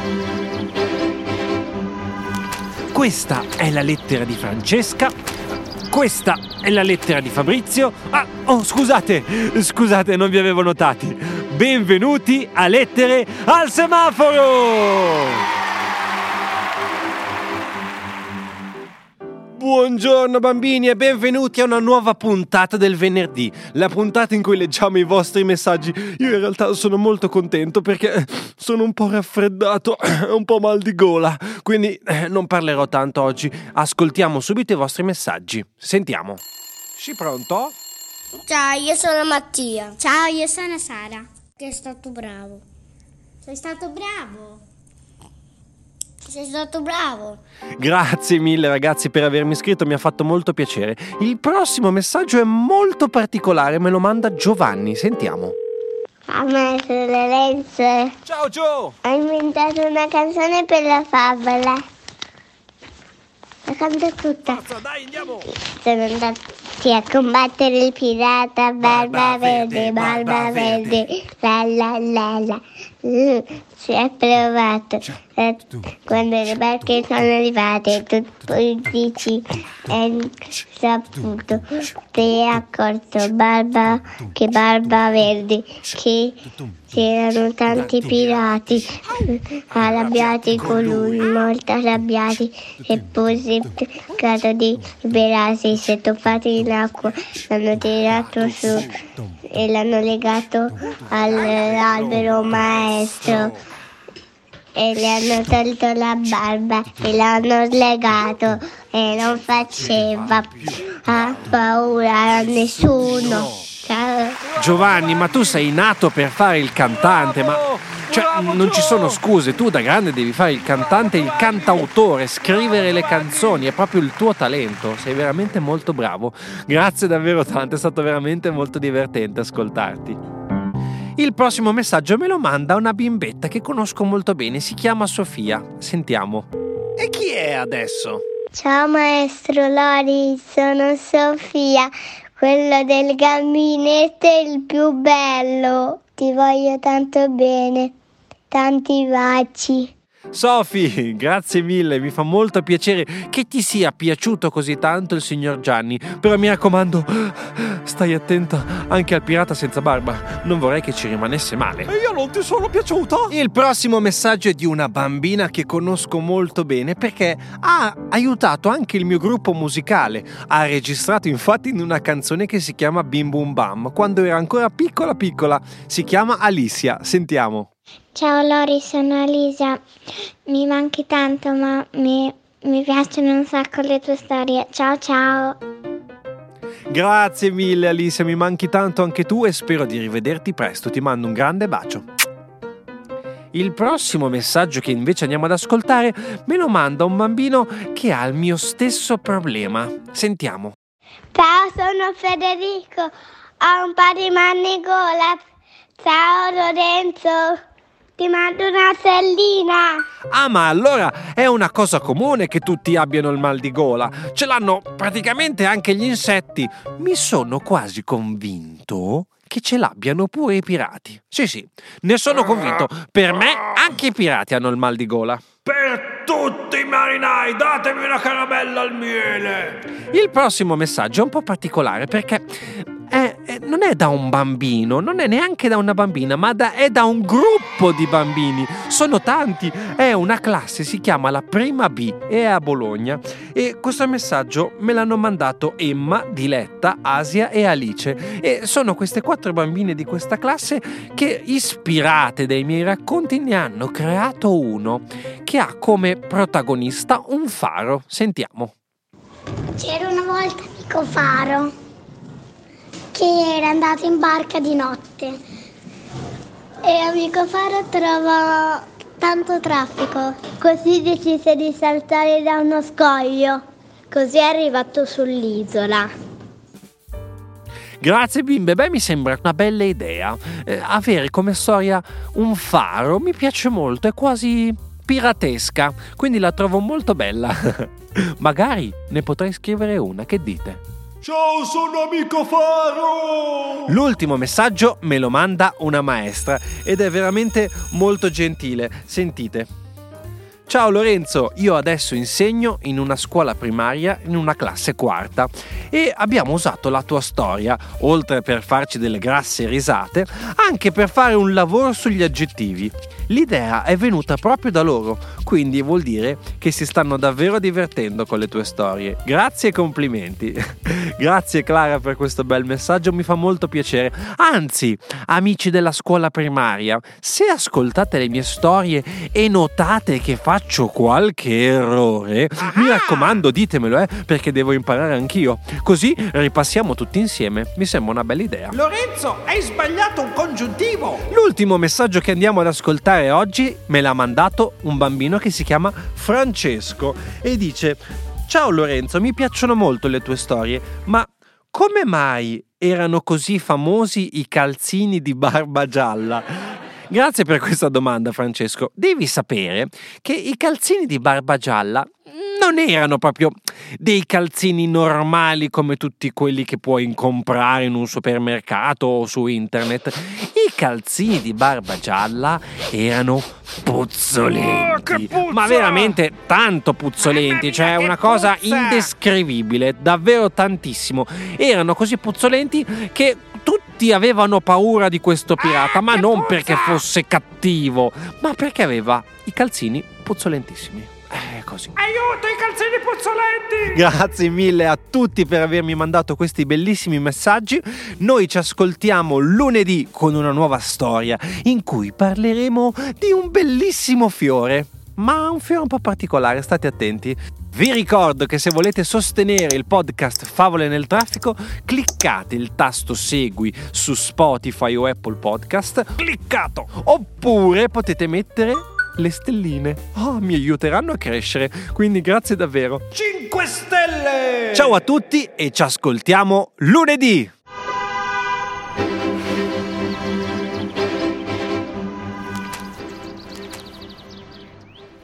Questa è la lettera di Francesca. Questa è la lettera di Fabrizio. Scusate, non vi avevo notati. Benvenuti a Lettere al Semaforo! Buongiorno bambini e benvenuti a una nuova puntata del venerdì, la puntata in cui leggiamo i vostri messaggi. Io in realtà sono molto contento perché sono un po' raffreddato, un po' mal di gola, quindi non parlerò tanto oggi. Ascoltiamo subito i vostri messaggi. Sentiamo. Sì, pronto? Ciao, io sono Mattia. Ciao, io sono Sara. Sei stato bravo. Sei stato bravo. Sei stato bravo. Grazie mille ragazzi per avermi iscritto, mi ha fatto molto piacere. Il prossimo messaggio è molto particolare, me lo manda Giovanni, sentiamo. Maestro Lorenzo, Ciao Gio! ho inventato una canzone per la favola. La canto tutta. Forza, dai, andiamo! Sono andati a combattere il pirata, barba verde, la la la la. Si è provato. Quando le barche sono arrivate, tu poi dici, è saputo, ti è accorto, barba verde, che c'erano tanti pirati, arrabbiati con lui, molto arrabbiati, e poi si è cercato di liberarsi, si è tuffato in acqua, l'hanno tirato su e l'hanno legato all'albero maestro. E le hanno tolto la barba e l'hanno slegato e non faceva paura a nessuno. Ciao. Giovanni, ma tu sei nato per fare il cantante, ma non ci sono scuse, tu da grande devi fare il cantante, il cantautore, scrivere le canzoni, è proprio il tuo talento, sei veramente molto bravo. Grazie davvero tanto, è stato veramente molto divertente ascoltarti. Il prossimo messaggio me lo manda una bimbetta che conosco molto bene, si chiama Sofia. Sentiamo. E chi è adesso? Ciao maestro Lori, sono Sofia, quello del gambinetto è il più bello. Ti voglio tanto bene, tanti baci. Sofi, grazie mille, mi fa molto piacere che ti sia piaciuto così tanto il signor Gianni, però mi raccomando, stai attenta anche al pirata senza barba, non vorrei che ci rimanesse male. E io non ti sono piaciuto? Il prossimo messaggio è di una bambina che conosco molto bene perché ha aiutato anche il mio gruppo musicale, ha registrato infatti in una canzone che si chiama Bim Bum Bam, quando era ancora piccola, si chiama Alicia, sentiamo. Ciao Lori, sono Alicia. Mi manchi tanto, ma mi piacciono un sacco le tue storie. Ciao. Grazie mille Alicia, mi manchi tanto anche tu e spero di rivederti presto. Ti mando un grande bacio. Il prossimo messaggio che invece andiamo ad ascoltare me lo manda un bambino che ha il mio stesso problema. Sentiamo. Ciao, sono Federico, ho un po' di manigola. Ciao Lorenzo, ti mando una stellina. Ah, ma allora è una cosa comune che tutti abbiano il mal di gola. Ce l'hanno praticamente anche gli insetti. Mi sono quasi convinto che ce l'abbiano pure i pirati. Sì, ne sono convinto. Per me anche i pirati hanno il mal di gola. Per tutti i marinai, datemi una caramella al miele. Il prossimo messaggio è un po' particolare perché non è da un bambino, non è neanche da una bambina, ma è da un gruppo di bambini. Sono tanti, è una classe, si chiama la Prima B, è a Bologna. E questo messaggio me l'hanno mandato Emma, Diletta, Asia e Alice. E sono queste 4 bambine di questa classe che, ispirate dai miei racconti, ne hanno creato uno che ha come protagonista un faro. Sentiamo. C'era una volta amico Faro che era andato in barca di notte e amico Faro trovò tanto traffico, così decise di saltare da uno scoglio, così è arrivato sull'isola. Grazie bimbe, mi sembra una bella idea. Avere come storia un faro mi piace molto, è quasi piratesca, quindi la trovo molto bella. Magari ne potrei scrivere una, che dite? Ciao, sono amico Faro! L'ultimo messaggio me lo manda una maestra ed è veramente molto gentile. Sentite. Ciao Lorenzo, io adesso insegno in una scuola primaria in una classe quarta e abbiamo usato la tua storia, oltre per farci delle grasse risate, anche per fare un lavoro sugli aggettivi. L'idea è venuta proprio da loro, quindi vuol dire che si stanno davvero divertendo con le tue storie. Grazie e complimenti. Grazie Clara per questo bel messaggio, mi fa molto piacere. Anzi, amici della scuola primaria, se ascoltate le mie storie e notate che faccio qualche errore, mi raccomando ditemelo, perché devo imparare anch'io. Così ripassiamo tutti insieme. Mi sembra una bella idea. Lorenzo, hai sbagliato un congiuntivo! L'ultimo messaggio che andiamo ad ascoltare oggi me l'ha mandato un bambino che si chiama Francesco e dice: ciao Lorenzo, mi piacciono molto le tue storie, ma come mai erano così famosi i calzini di barba gialla? Grazie per questa domanda, Francesco. Devi sapere che i calzini di barba gialla non erano proprio dei calzini normali come tutti quelli che puoi comprare in un supermercato o su internet. I calzini di barba gialla erano puzzolenti, ma veramente tanto puzzolenti, cioè una cosa indescrivibile, davvero tantissimo. Erano così puzzolenti che tutti avevano paura di questo pirata, ma non perché fosse cattivo, ma perché aveva i calzini puzzolentissimi. Così. Aiuto, i calzini puzzolenti! Grazie mille a tutti per avermi mandato questi bellissimi messaggi. Noi ci ascoltiamo lunedì con una nuova storia in cui parleremo di un bellissimo fiore, ma un fiore un po' particolare, state attenti. Vi ricordo che se volete sostenere il podcast Favole nel traffico, cliccate il tasto segui su Spotify o Apple Podcast. Cliccato! Oppure potete mettere le stelline. Mi aiuteranno a crescere, quindi grazie davvero. 5 stelle! Ciao a tutti e ci ascoltiamo lunedì!